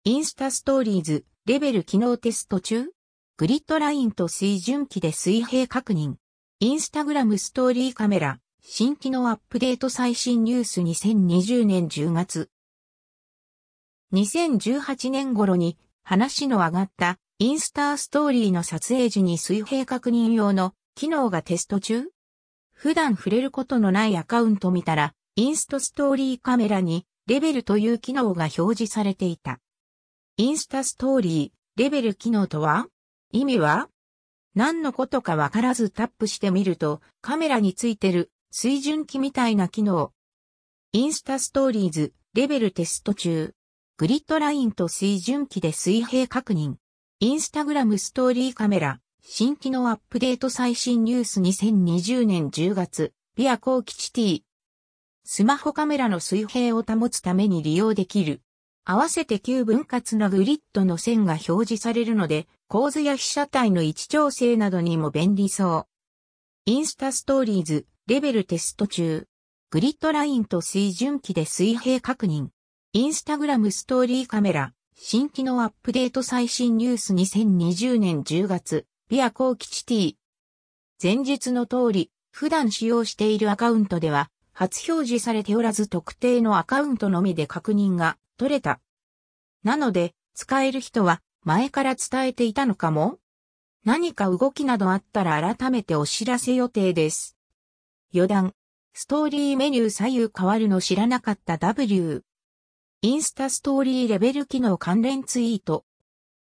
インスタストーリーズ、レベル機能テスト中？グリッドラインと水準器で水平確認。インスタグラムストーリーカメラ、新機能アップデート最新ニュース2020年10月。2018年頃に話の上がったインスタストーリーの撮影時に水平確認用の機能がテスト中？普段触れることのないアカウント見たら、インスタストーリーカメラにレベルという機能が表示されていた。インスタストーリー、レベル機能とは？意味は？何のことかわからずタップしてみると、カメラについてる水準器みたいな機能。インスタストーリーズ、レベルテスト中。グリッドラインと水準器で水平確認。インスタグラムストーリーカメラ、新機能アップデート最新ニュース2020年10月、ビアコーキチティ。スマホカメラの水平を保つために利用できる。合わせて9分割のグリッドの線が表示されるので、構図や被写体の位置調整などにも便利そう。インスタストーリーズ、レベルテスト中。グリッドラインと水準器で水平確認。インスタグラムストーリーカメラ、新機能アップデート最新ニュース2020年10月、ビアコーキチティ。前述の通り、普段使用しているアカウントでは、初表示されておらず特定のアカウントのみで確認が取れた。なので、使える人は前から伝えていたのかも？何か動きなどあったら改めてお知らせ予定です。余談。ストーリーメニュー左右変わるの知らなかった W。インスタストーリーレベル機能関連ツイート。